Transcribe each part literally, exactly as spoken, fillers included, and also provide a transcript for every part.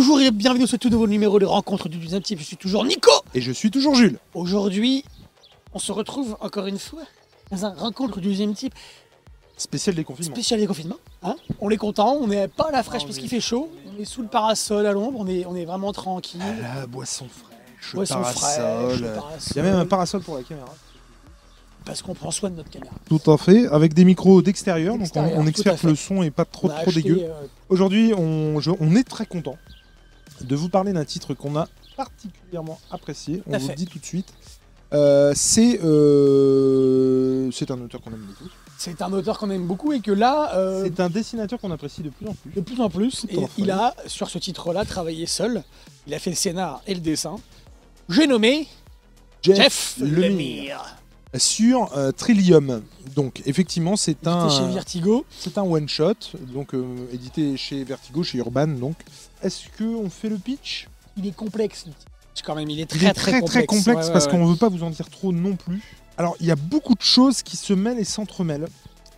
Bonjour et bienvenue dans ce tout nouveau numéro de Rencontre du deuxième type. Je suis toujours Nico. Et je suis toujours Jules. Aujourd'hui, on se retrouve encore une fois dans un Rencontre du deuxième type. Spécial déconfinement. Spécial déconfinement. Hein, on est content, on n'est pas à la fraîche Ah, parce est... qu'il fait chaud. On est sous le parasol à l'ombre, on est, on est vraiment tranquille. Ah, la boisson fraîche, boisson parasol. fraîche, parasol. Il y a même un parasol pour la caméra. Parce qu'on prend soin de notre caméra. Tout à fait, avec des micros d'extérieur, donc on, on espère que le son est pas trop, trop acheté, dégueu. Euh... Aujourd'hui, on, je, on est très content de vous parler d'un titre qu'on a particulièrement apprécié. On vous le dit tout de suite. Euh, c'est euh, c'est un auteur qu'on aime beaucoup. C'est un auteur qu'on aime beaucoup et que là... Euh, c'est un dessinateur qu'on apprécie de plus en plus. De plus en plus. Et il a, sur ce titre-là, travaillé seul. Il a fait le scénar et le dessin. J'ai nommé Jeff, Jeff Lemire. Lemire. Sur euh, Trillium. Donc, effectivement, c'est un... chez Vertigo. C'est un one-shot, donc euh, édité chez Vertigo, chez Urban. Donc, est-ce qu'on fait le pitch? Il est complexe, le pitch, quand même. Il est très, il est très, très, complexe. Très complexe ouais, parce ouais, qu'on ouais. ne veut pas vous en dire trop non plus. Alors, il y a beaucoup de choses qui se mêlent et s'entremêlent.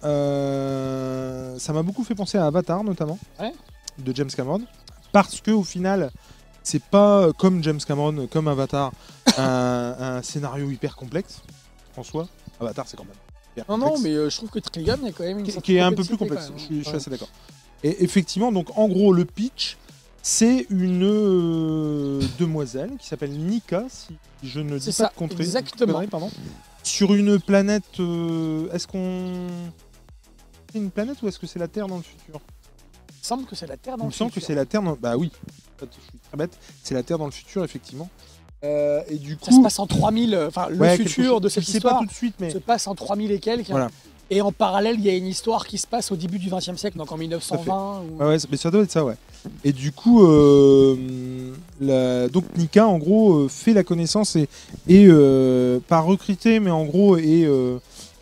Euh, ça m'a beaucoup fait penser à Avatar, notamment, ouais. de James Cameron. Parce qu'au final, c'est pas comme James Cameron, comme Avatar, un, un scénario hyper complexe en soi. Avatar, c'est quand même hyper non, complexe. Non, mais euh, je trouve que Trillium, il y a quand même une qui, qui est un peu plus complexe. Je suis, ouais. je suis assez d'accord. Et effectivement, donc en gros, le pitch, c'est une euh, demoiselle qui s'appelle Nika, si je ne dis pas ça, de contrée. Exactement. Connerie, pardon. Sur une planète. Euh, est-ce qu'on. C'est une planète ou est-ce que c'est la Terre dans le futur? Il me semble que c'est la Terre dans il le futur. Il me semble que c'est la Terre dans. Bah oui. Je suis très bête. C'est la Terre dans le futur, effectivement. Euh, et du coup, ça se passe en trois mille, enfin le ouais, futur de cette histoire pas tout de suite, mais... se passe en trois mille et quelques. Voilà. Et en parallèle, il y a une histoire qui se passe au début du vingtième siècle, donc en mille neuf cent vingt. Ou... Ouais, ouais, mais ça doit être ça, ouais. Et du coup, euh, la... donc Nika, en gros, euh, fait la connaissance et, et euh, pas recrutée, mais en gros, et euh,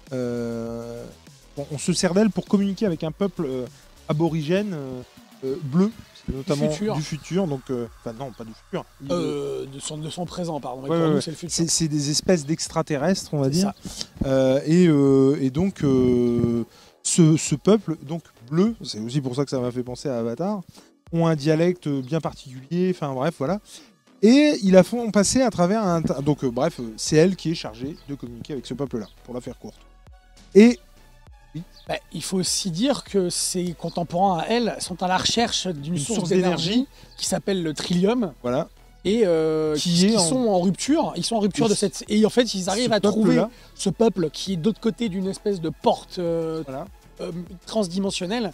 euh, bon, on se sert d'elle pour communiquer avec un peuple euh, aborigène euh, euh, bleu. Notamment du futur, du futur donc euh, enfin non pas du futur euh, de, son, de son présent pardon ouais, ouais, ouais. c'est le futur c'est, c'est des espèces d'extraterrestres on va dire euh, et, euh, et donc euh, ce, ce peuple donc bleu, c'est aussi pour ça que ça m'a fait penser à Avatar, ont un dialecte bien particulier, enfin bref voilà, et ils la font passer à travers un donc euh, bref c'est elle qui est chargée de communiquer avec ce peuple là pour la faire courte. Et bah, il faut aussi dire que ces contemporains à elle sont à la recherche d'une source, source d'énergie, d'énergie qui s'appelle le Trillium. Voilà. Et euh, qui, qui en... sont en rupture. Ils sont en rupture et de cette. Et en fait, ils arrivent à trouver là. ce peuple qui est d'autre côté d'une espèce de porte euh, voilà. euh, transdimensionnelle.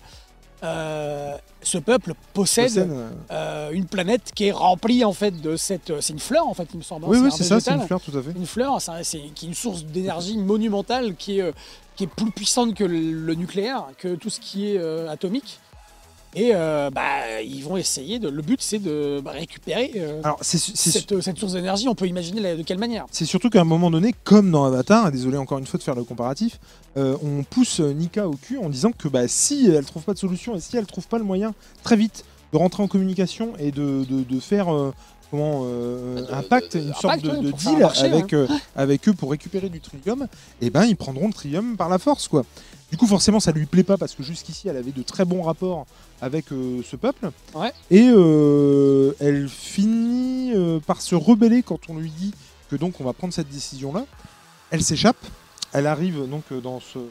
Euh, ce peuple possède, possède euh, une planète qui est remplie en fait de cette. C'est une fleur en fait, il me semble. Oui, oui, c'est ça, c'est une fleur tout à fait. Une fleur, c'est, c'est qui est une source d'énergie monumentale qui est, qui est plus puissante que le nucléaire, que tout ce qui est euh, atomique. Et euh, bah, ils vont essayer de. Le but, c'est de bah, récupérer euh, Alors, c'est, c'est cette, cette source d'énergie. On peut imaginer de quelle manière. C'est surtout qu'à un moment donné, comme dans Avatar, et désolé encore une fois de faire le comparatif, euh, on pousse Nika au cul en disant que bah, si elle trouve pas de solution et si elle trouve pas le moyen très vite de rentrer en communication et de, de, de faire euh, comment euh, un pacte, une sorte pacte, de, ouais, de deal marché, avec, hein. euh, avec eux pour récupérer du Trillium, et ben ils prendront le Trillium par la force quoi. Du coup, forcément, ça lui plaît pas parce que jusqu'ici, elle avait de très bons rapports avec euh, ce peuple. Ouais. Et euh, elle finit euh, par se rebeller quand on lui dit que donc on va prendre cette décision-là. Elle s'échappe. Elle arrive donc dans ce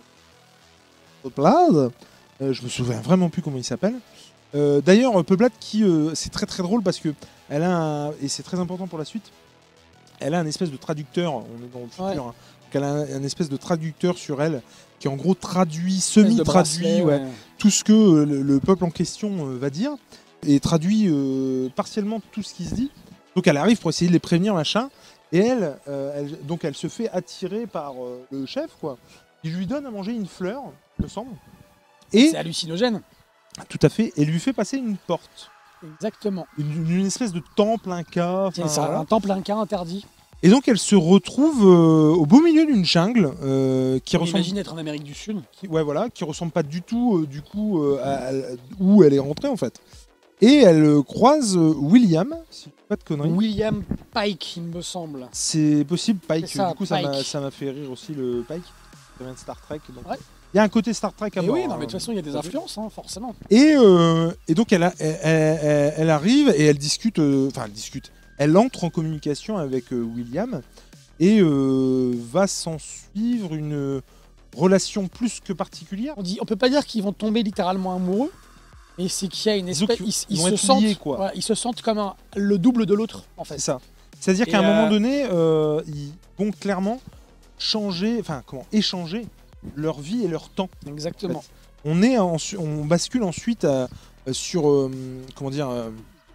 peuplade. Euh, je me souviens vraiment plus comment il s'appelle. Euh, d'ailleurs, peuplade qui, euh, c'est très très drôle parce que elle a un, et c'est très important pour la suite. Elle a un espèce de traducteur. On est dans le futur. Ouais. Hein, elle a un, un espèce de traducteur sur elle qui en gros traduit, semi-traduit ouais, ouais. tout ce que euh, le, le peuple en question euh, va dire et traduit euh, partiellement tout ce qui se dit. Donc elle arrive pour essayer de les prévenir machin et elle, euh, elle donc elle se fait attirer par euh, le chef quoi. Il lui donne à manger une fleur, me semble. Et c'est hallucinogène. Tout à fait. Et lui fait passer une porte. Exactement. Une, une espèce de temple inca. C'est ça, voilà. Un temple inca interdit. Et donc elle se retrouve euh, au beau milieu d'une jungle euh, qui On ressemble. Imagine être en Amérique du Sud. Qui, ouais voilà, qui ressemble pas du tout euh, du coup euh, à, à, où elle est rentrée en fait. Et elle euh, croise euh, William, si pas de conneries. William Pike, il me semble. C'est possible, Pike. Ça, du coup Pike. ça m'a ça m'a fait rire aussi le Pike. Ça vient de Star Trek. Donc... Ouais. Il y a un côté Star Trek à et bord. oui, non, mais de hein. toute façon, il y a des influences, hein, forcément. Et, euh, et donc, elle, a, elle, elle, elle arrive et elle discute. Enfin, euh, elle discute. Elle entre en communication avec euh, William et euh, va s'en suivre une relation plus que particulière. On dit, on peut pas dire qu'ils vont tomber littéralement amoureux, mais c'est qu'il y a une espèce, ils, ils, ils, ils se liés, sentent, quoi. Ouais, ils se sentent comme un, le double de l'autre, en fait. C'est ça. C'est-à-dire qu'à un euh... moment donné, euh, ils vont clairement changer, enfin comment, échanger leur vie et leur temps. Exactement. En fait. On est, en, on bascule ensuite à, sur, euh, comment dire, euh,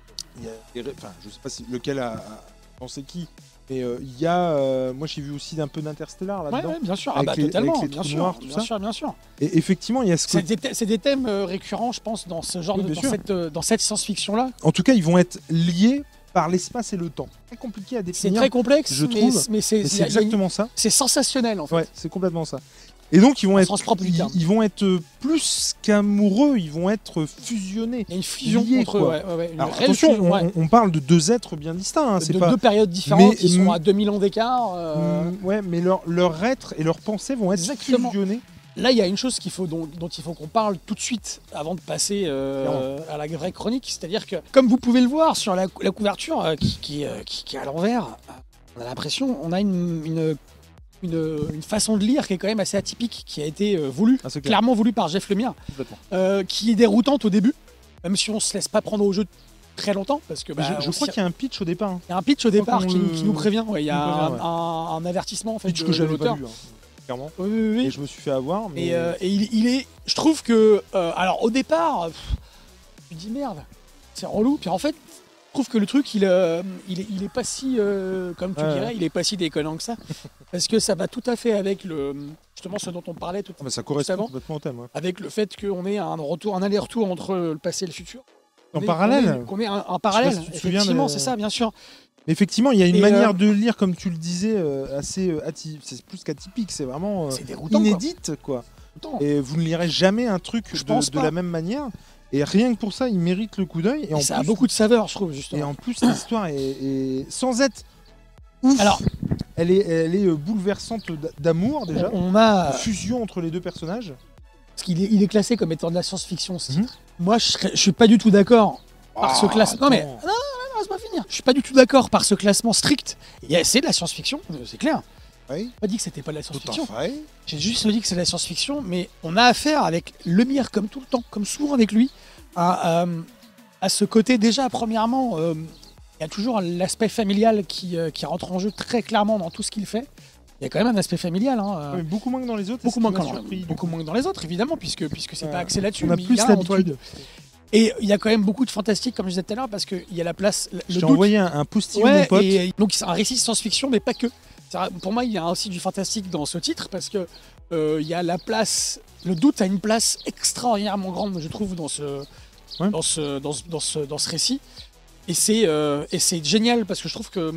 y a, enfin, je sais pas si, lequel a, a pensé qui. Mais il euh, y a, euh, moi j'ai vu aussi un peu d'Interstellar là-dedans. Ouais, ouais, bien sûr, avec ah bah, les, totalement, avec les bien trous sûr, noirs, tout bien ça. sûr, bien sûr. Et effectivement, il y a ce c'est des, c'est des thèmes euh, récurrents, je pense, dans ce genre, oui, de, dans, cette, euh, dans cette science-fiction-là. En tout cas, ils vont être liés par l'espace et le temps. C'est très compliqué à définir. C'est très complexe, je mais, trouve. Mais c'est exactement une... ça. C'est sensationnel, en fait. Ouais, c'est complètement ça. Et donc ils vont, être, propre ils, ils vont être plus qu'amoureux, ils vont être fusionnés. Il y a une fusion liés, entre eux. Ouais, ouais, une Alors, attention, fusion, ouais. on, on parle de deux êtres bien distincts. Hein, de pas... deux périodes différentes mais, qui sont à deux mille ans d'écart. Euh... Ouais, mais leur, leur être et leurs pensées vont être Exactement. fusionnés. Là, il y a une chose qu'il faut dont, dont il faut qu'on parle tout de suite avant de passer euh, à la vraie chronique. C'est-à-dire que, comme vous pouvez le voir sur la, la couverture euh, qui, qui, euh, qui, qui est à l'envers, on a l'impression, on a une, une Une, une façon de lire qui est quand même assez atypique, qui a été euh, voulu, ah, clairement voulu par Jeff Lemire, euh, qui est déroutante au début, même si on se laisse pas prendre au jeu très longtemps, parce que bah, je, je crois qu'il y a un pitch au départ. Hein. Il y a un pitch au départ qui, le... qui nous prévient. Ouais, il y a un, prévient, ouais. un, un avertissement en fait. Pitch de, que j'avais pas lu, hein, clairement. Oui, oui, oui. Et je me suis fait avoir. Mais... Et, euh, et il, il est, je trouve que, euh, alors au départ, pff, je me dis merde, c'est relou. Puis en fait. Je trouve que le truc, il, euh, il, est, il est pas si, euh, comme tu ouais, dirais, ouais. il est pas si déconnant que ça. Parce que ça va tout à fait avec le, justement ce dont on parlait tout à l'heure. Ça correspond complètement au thème. Ouais. Avec le fait qu'on ait un retour, un aller-retour entre le passé et le futur. En est, parallèle Qu'on ait un, un parallèle, si effectivement, de... c'est ça, bien sûr. Mais effectivement, il y a une et manière euh... de lire, comme tu le disais, euh, assez euh, atypique. C'est plus qu'atypique, c'est vraiment euh, déroutant, inédite, quoi. quoi. Et vous ne lirez jamais un truc je de, pense de la même manière. Et rien que pour ça, il mérite le coup d'œil. Et, et en ça plus, a beaucoup de saveur, je trouve, justement. Et en plus, l'histoire est, est sans être ouf. Alors, elle est, elle est bouleversante d'amour déjà. On a une fusion entre les deux personnages. Parce qu'il est, il est classé comme étant de la science-fiction, ce titre. Mm-hmm. Moi, je, serais, je suis pas du tout d'accord par oh, ce classement. Non mais non, non, non, non laisse-moi finir. Je suis pas du tout d'accord par ce classement strict. C'est de la science-fiction, c'est clair. Oui. J'ai pas dit que c'était pas de la science-fiction. J'ai juste dit que c'est de la science-fiction, mais on a affaire avec Lemire, comme tout le temps, comme souvent avec lui, à, à, à ce côté déjà, premièrement, euh, il y a toujours l'aspect familial qui, euh, qui rentre en jeu très clairement dans tout ce qu'il fait. Il y a quand même un aspect familial. Hein, oui, beaucoup moins que dans les autres. Beaucoup, moins, quand surpris, beaucoup moins que dans les autres, évidemment, puisque, puisque c'est euh, pas axé là-dessus. On a plus l'habitude. Et il y a quand même beaucoup de fantastique, comme je disais tout à l'heure, parce qu'il y a la place. Je t'ai envoyé un, un postillon, ouais, mon pote. Et, donc c'est un récit de science-fiction, mais pas que. Pour moi, il y a aussi du fantastique dans ce titre, parce que euh, il y a la place. Le doute a une place extraordinairement grande, je trouve, dans ce, ouais. dans ce, dans ce, dans ce, dans ce récit. Et c'est euh, et c'est génial, parce que je trouve que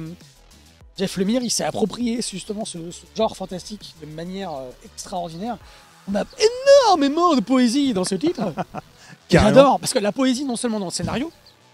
Jeff Lemire, il s'est approprié justement ce, ce genre fantastique de manière euh, extraordinaire. On a énormément de poésie dans ce titre. J'adore, parce que la poésie, non seulement dans le scénario,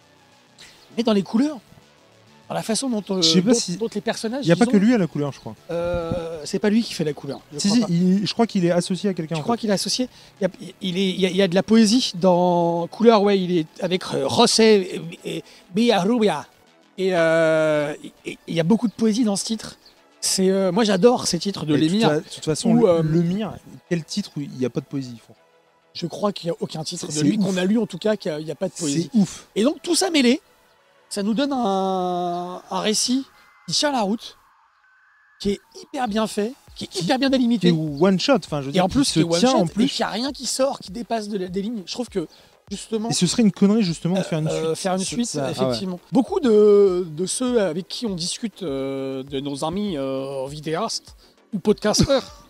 mais dans les couleurs, dans la façon dont, euh, je sais pas dont, si... dont les personnages... Il n'y a pas que lui à la couleur, je crois. Euh, c'est pas lui qui fait la couleur. Je si, crois si, il, je crois qu'il est associé à quelqu'un. Je crois qu'il est associé. Il y, a, il, est, il, y a, il y a de la poésie dans couleur, ouais, il est avec euh, José et Villarrubia. Et euh, il y a beaucoup de poésie dans ce titre. C'est, euh, moi, j'adore ces titres de Lemire. De toute façon, où, euh, Lemire, quel titre où il n'y a pas de poésie? Je crois qu'il n'y a aucun titre de lui qu'on a lu, en tout cas, qu'il n'y a, a pas de poésie. C'est ouf. Et donc, tout ça mêlé, ça nous donne un, un récit qui tient la route, qui est hyper bien fait, qui est hyper bien délimité. Et one shot, enfin, je veux dire, et en plus, qui se tient en plus. Et qu'il n'y a rien qui sort, qui dépasse de, des lignes. Je trouve que, justement... Et ce serait une connerie, justement, de faire une euh, suite. Faire une suite, ça, effectivement. Ah ouais. Beaucoup de, de ceux avec qui on discute, euh, de nos amis euh, vidéastes ou podcasteurs,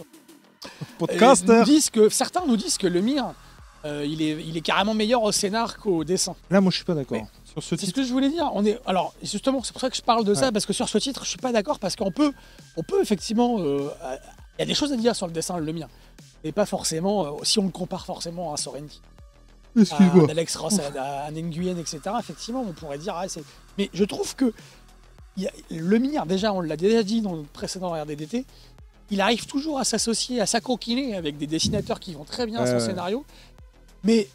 Podcaster. nous disent que, certains nous disent que Lemire, euh, il, est, il est carrément meilleur au scénar qu'au dessin. Là, moi, je suis pas d'accord. Sur ce c'est ce que je voulais dire. On est, alors, justement, c'est pour ça que je parle de ouais. ça, parce que sur ce titre, je suis pas d'accord, parce qu'on peut, on peut effectivement, il euh, y a des choses à dire sur le dessin de Lemire, mais pas forcément, euh, si on le compare forcément à Sorrenti, à, à Alex Ross, à, à, à Nguyen, et cetera. Effectivement, on pourrait dire, ah, c'est. Mais je trouve que y a, Lemire, déjà, on l'a déjà dit dans le précédent R D D T, il arrive toujours à s'associer, à s'acoquiner avec des dessinateurs qui vont très bien à son Euh. scénario. Mais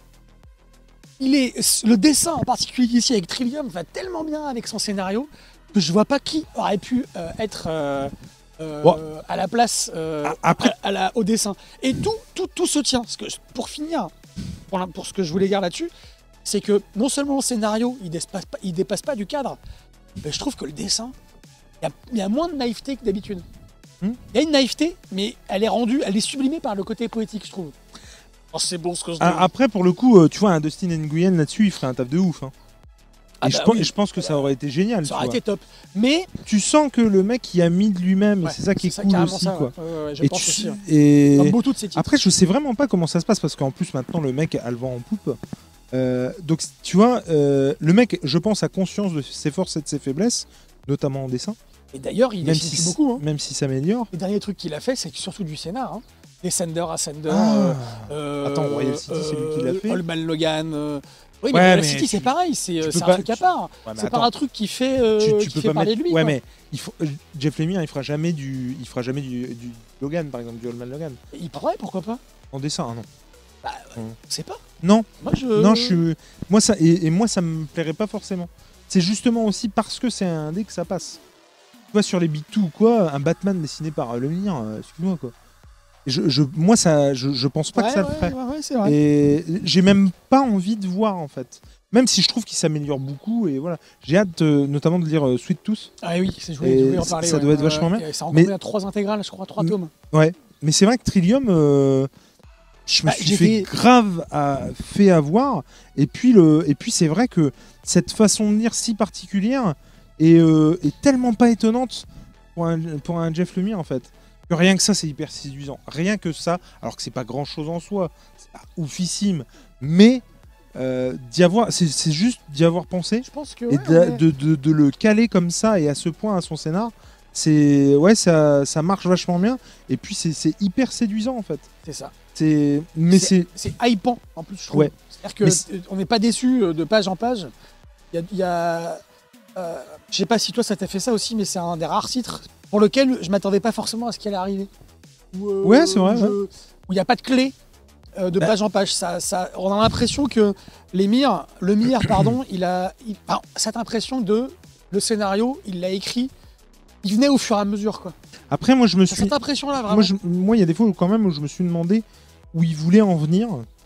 il est, le dessin en particulier ici avec Trillium va tellement bien avec son scénario que je vois pas qui aurait pu euh, être euh, euh, Bon. à la place euh, Après- à, à la, au dessin. Et tout, tout, tout se tient. Parce que, pour finir, pour, la- pour ce que je voulais dire là-dessus, c'est que non seulement le scénario il dépasse pas, il dépasse pas du cadre, mais je trouve que le dessin, il y a, il y a moins de naïveté que d'habitude. Il Hmm. y a une naïveté, mais elle est rendue, elle est sublimée par le côté poétique, je trouve. Oh, c'est bon ce que je dis. Ah, Après, pour le coup, euh, tu vois, un Dustin Nguyen là-dessus, il ferait un taf de ouf. Hein. Ah et bah je, pense, oui. et je pense que ça aurait été génial. Ça tu aurait vois. été top. Mais Tu sens que le mec y a mis de lui-même, ouais, et c'est ça qui est, ça, cool carrément aussi. ça, quoi. ouais. Ouais, ouais, je Et, pense tu- aussi. hein. et- Comme beaucoup de ces titres. Après, je sais vraiment pas comment ça se passe parce qu'en plus, maintenant, le mec a le vent en poupe. Euh, donc, tu vois, euh, le mec, je pense, a conscience de ses forces et de ses faiblesses, notamment en dessin, Et d'ailleurs, il même dessine si, plus beaucoup. Hein. même s'il s'améliore. Les derniers trucs qu'il a fait, c'est surtout du scénar. Hein. Descender, Ascender. Ah. euh, euh, Attends, Royal City, c'est lui qui l'a fait. Allman Logan. euh, Oui, mais Ouais, Royal mais City, tu- c'est pareil. C'est tu euh, peux c'est un pas- truc à tu- part. Ouais, mais C'est pas attends, un truc qui fait, euh, tu, tu qui peux fait pas parler mettre... de lui. Ouais, quoi. mais il faut... euh, Jeff Lemire, il fera jamais du, il fera jamais du, du Logan, par exemple, du Allman Logan. Il pourrait, pourquoi pas. En dessin, hein, non. Bah, Hum. c'est pas. Non, Moi, je. non, je suis... Moi, ça... Et, et moi, ça me plairait pas forcément. C'est justement aussi parce que c'est un dé que ça passe. Tu vois, sur les Big Two ou quoi, un Batman dessiné par euh, Lemire, euh, excuse-moi, quoi. Et Je, je, moi, ça, je, je pense pas Ouais, que ça ouais, le ferait. ouais, ouais, c'est vrai. Et j'ai même pas envie de voir, en fait. Même si je trouve qu'il s'améliore beaucoup, et voilà. J'ai hâte, euh, notamment, de lire euh, Sweet Tooth. Ah oui, c'est- je voulais, Et je voulais en ça- parler. ça ouais. doit être Ouais, vachement ouais. bien. Et Ça en Mais- combien trois intégrales, je crois, trois Mm. tomes. Ouais. Mais c'est vrai que Trillium, euh, je me Bah, suis j'ai fait fait- grave à, fait avoir. Et puis, le, et puis c'est vrai que cette façon de lire si particulière est, euh, est tellement pas étonnante pour un, pour un Jeff Lemire, en fait. Que rien que ça, c'est hyper séduisant. Rien que ça, alors que c'est pas grand chose en soi, c'est pas oufissime, mais euh, d'y avoir, c'est c'est juste d'y avoir pensé Je pense que. et ouais, de, ouais. de- de- de le caler comme ça et à ce point à son scénar, c'est ouais, ça, ça marche vachement bien. Et puis c'est c'est hyper séduisant en fait. C'est ça. C'est mais c'est C'est hypant en plus, je trouve. Ouais. C'est-à-dire que Mais c'est- euh, on n'est pas déçu euh, de page en page. Il y a. il y a euh, je sais pas si toi ça t'a fait ça aussi, mais c'est un des rares titres pour lequel je m'attendais pas forcément à ce qui allait arriver. Où, euh, Ouais, c'est vrai, où je- ouais. Où il n'y a pas de clé euh, de Bah. page en page. Ça, ça, on a l'impression que l'émir, le Mire, pardon, il a il- enfin, cette impression de le scénario, il l'a écrit, il venait au fur et à mesure quoi. après moi je me T'as suis cette impression là vraiment. moi je- moi il y a des fois où, quand même où je me suis demandé où il voulait en venir.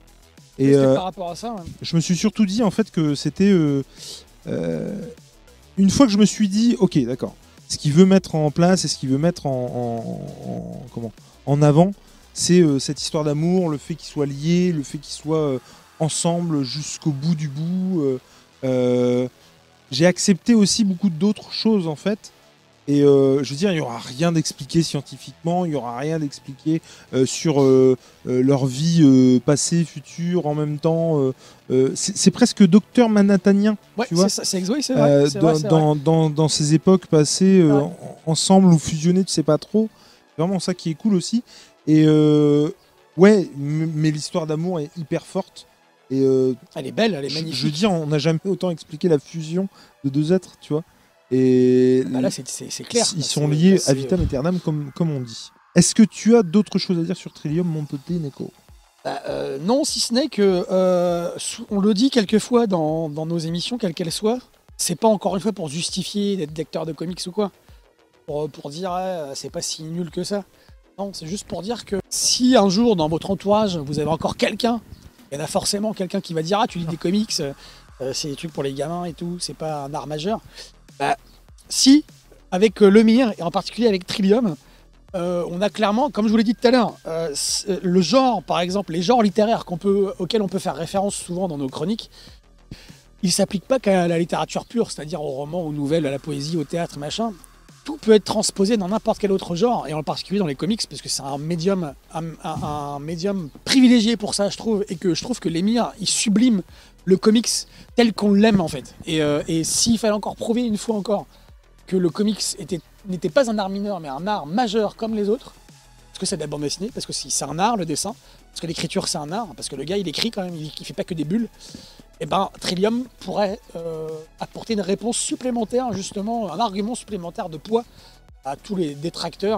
Et C'était euh, par rapport à ça. Ouais. je me suis surtout dit en fait que c'était euh, euh, une fois que je me suis dit ok d'accord, ce qu'il veut mettre en place et ce qu'il veut mettre en, en- en- comment en avant, c'est euh, cette histoire d'amour, le fait qu'ils soient liés, le fait qu'ils soient euh, ensemble jusqu'au bout du bout. euh, euh, j'ai accepté aussi beaucoup d'autres choses en fait. Et euh, je veux dire, il n'y aura rien d'expliqué scientifiquement, il n'y aura rien d'expliqué euh, sur euh, euh, leur vie euh, passée, future, en même temps. euh, euh, c'est c'est presque Docteur Manhattanien, Ouais, tu vois, c'est ça, c'est oui, c'est vrai. euh, c'est dans, vrai, c'est vrai. dans, dans, dans ces époques passées euh, Ouais. en- ensemble ou fusionnées, tu sais pas trop. C'est vraiment ça qui est cool aussi. Et euh, ouais, m- mais l'histoire d'amour est hyper forte. Et euh, Elle est belle, elle est je, magnifique. je veux dire, on n'a jamais autant expliqué la fusion de deux êtres, tu vois. Et Bah là, c'est c'est- c'est clair. ils Là, sont c'est- liés là, à c'est- vitam aeternam, comme, comme on dit. Est-ce que tu as d'autres choses à dire sur Trillium, mon petit Neko? Bah, euh, non, si ce n'est que, euh, sou- on le dit quelquefois dans, dans nos émissions, quelles qu'elles soient, c'est pas encore une fois pour justifier d'être lecteur de comics ou quoi. Pour, pour dire, ouais, c'est pas si nul que ça. Non, c'est juste pour dire que si un jour, dans votre entourage, vous avez encore quelqu'un, il y en a forcément quelqu'un qui va dire, ah, tu lis des comics, euh, c'est des trucs pour les gamins et tout, c'est pas un art majeur. Bah, si, avec euh, Lemire, et en particulier avec Trillium, euh, on a clairement, comme je vous l'ai dit tout à l'heure, euh, c- le genre, par exemple, les genres littéraires qu'on peut, auxquels on peut faire référence souvent dans nos chroniques, ils ne s'appliquent pas qu'à la littérature pure, c'est-à-dire aux romans, aux nouvelles, à la poésie, au théâtre, machin. Tout peut être transposé dans n'importe quel autre genre, et en particulier dans les comics, parce que c'est un médium, un, un- un médium privilégié pour ça, je trouve, et que je trouve que l'émir, il sublime le comics tel qu'on l'aime en fait. Et, euh, et s'il fallait encore prouver une fois encore que le comics était, n'était pas un art mineur, mais un art majeur comme les autres, parce que c'est de la bande dessinée, parce que si c'est un art le dessin, parce que l'écriture c'est un art, parce que le gars il écrit quand même, il, il fait pas que des bulles, et ben Trillium pourrait euh, apporter une réponse supplémentaire, justement, un argument supplémentaire de poids à tous les détracteurs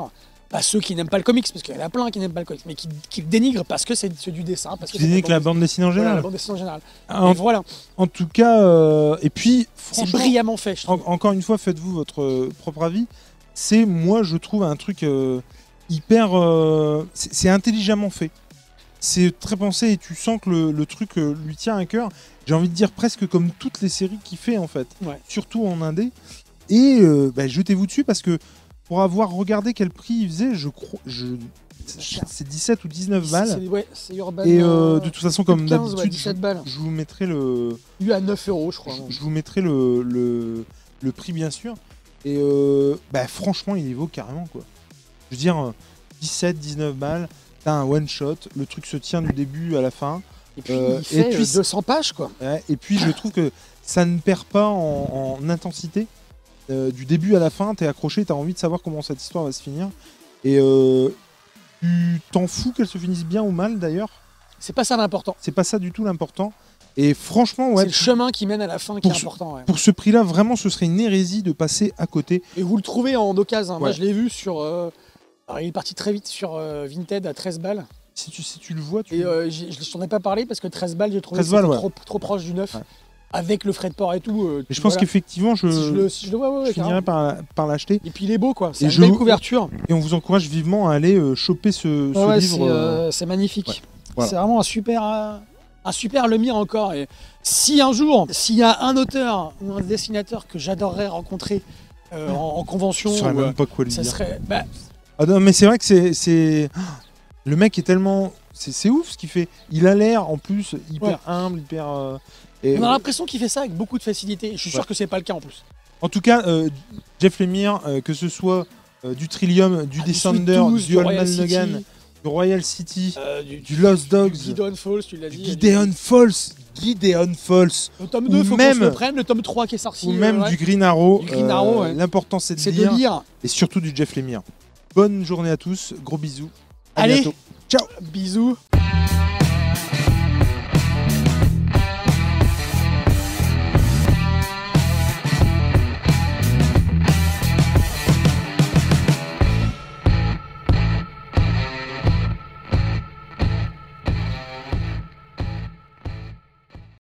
pas ceux qui n'aiment pas le comics, parce qu'il y en a plein qui n'aiment pas le comics, mais qui, qui le dénigrent parce que c'est du dessin. Parce que tu dénigres la bande dessinée en général. Voilà, la bande dessinée en général. En, voilà. En tout cas, euh, et puis, c'est brillamment fait, je trouve. En, encore une fois, faites-vous votre euh, propre avis. C'est, moi, je trouve un truc euh, hyper... Euh, c'est intelligemment fait. C'est très pensé et tu sens que le, le truc euh, lui tient à cœur. J'ai envie de dire presque comme toutes les séries qu'il fait, en fait. Ouais. Surtout en indé. Et euh, bah, jetez-vous dessus parce que pour avoir regardé quel prix il faisait, je crois... Je... C'est dix-sept ou dix-neuf balles. Ouais, c'est Urban. Et euh, de toute façon, comme d'habitude, ouais, dix-sept balles. Je vous mettrai le. Lui à neuf euros, je crois. Je, je vous mettrai le, le, le prix, bien sûr. Et euh, bah, franchement, il y vaut carrément, quoi. Je veux dire, dix-sept, dix-neuf balles, t'as un one shot, le truc se tient du début à la fin. Et puis, euh, il fait et puis, deux cents pages, quoi. Ouais, et puis, je trouve que ça ne perd pas en, en intensité. Euh, du début à la fin, t'es accroché, t'as envie de savoir comment cette histoire va se finir. Et. Euh, Tu t'en fous qu'elle se finisse bien ou mal d'ailleurs? C'est pas ça l'important. C'est pas ça du tout l'important. Et franchement, ouais. C'est le chemin qui mène à la fin qui est important. Ouais. Pour ce prix-là, vraiment, ce serait une hérésie de passer à côté. Et vous le trouvez en occasion. Hein. Ouais. Moi, je l'ai vu sur. Euh... Alors, il est parti très vite sur euh, Vinted à treize balles. Si tu, si tu le vois, tu. Et euh, je t'en ai pas parlé parce que treize balles, j'ai trouvé que balles, ouais. trop, trop proche du neuf. Ouais. Avec le frais de port et tout. Euh, et je pense voilà. qu'effectivement, je, si je, le, si je, le vois, ouais, ouais, je finirai par, par l'acheter. Et puis il est beau, quoi. C'est une je, belle couverture. Et on vous encourage vivement à aller euh, choper ce, ce ouais, livre. C'est euh, magnifique. Ouais. Voilà. C'est vraiment un super, euh, un super Lemire encore. Et si un jour, s'il y a un auteur ou un dessinateur que j'adorerais rencontrer euh, en, en convention, je saurais ou, même pas quoi lui ça dire. serait. Bah... Ah non, mais c'est vrai que c'est. Le mec est tellement. C'est ouf ce qu'il fait. Il a l'air en plus hyper ouais. humble, hyper. Euh... Et on a l'impression qu'il fait ça avec beaucoup de facilité. Je suis sûr ouais. que c'est pas le cas en plus. En tout cas, euh, Jeff Lemire, euh, que ce soit euh, du Trillium, du ah, Descender, du, du Old Man Logan, du Royal City, euh, du, du Lost Dogs, du Gideon Falls, tu l'as dit. Gideon Falls, Gideon Falls. Le tome deux, il faut qu'on se le prenne. Le tome trois qui est sorti. Ou même ouais. du Green Arrow. Du Green Arrow, ouais. L'important c'est de, de lire. Et surtout du Jeff Lemire. Bonne journée à tous, gros bisous. À Allez, bientôt. Ciao. Bisous.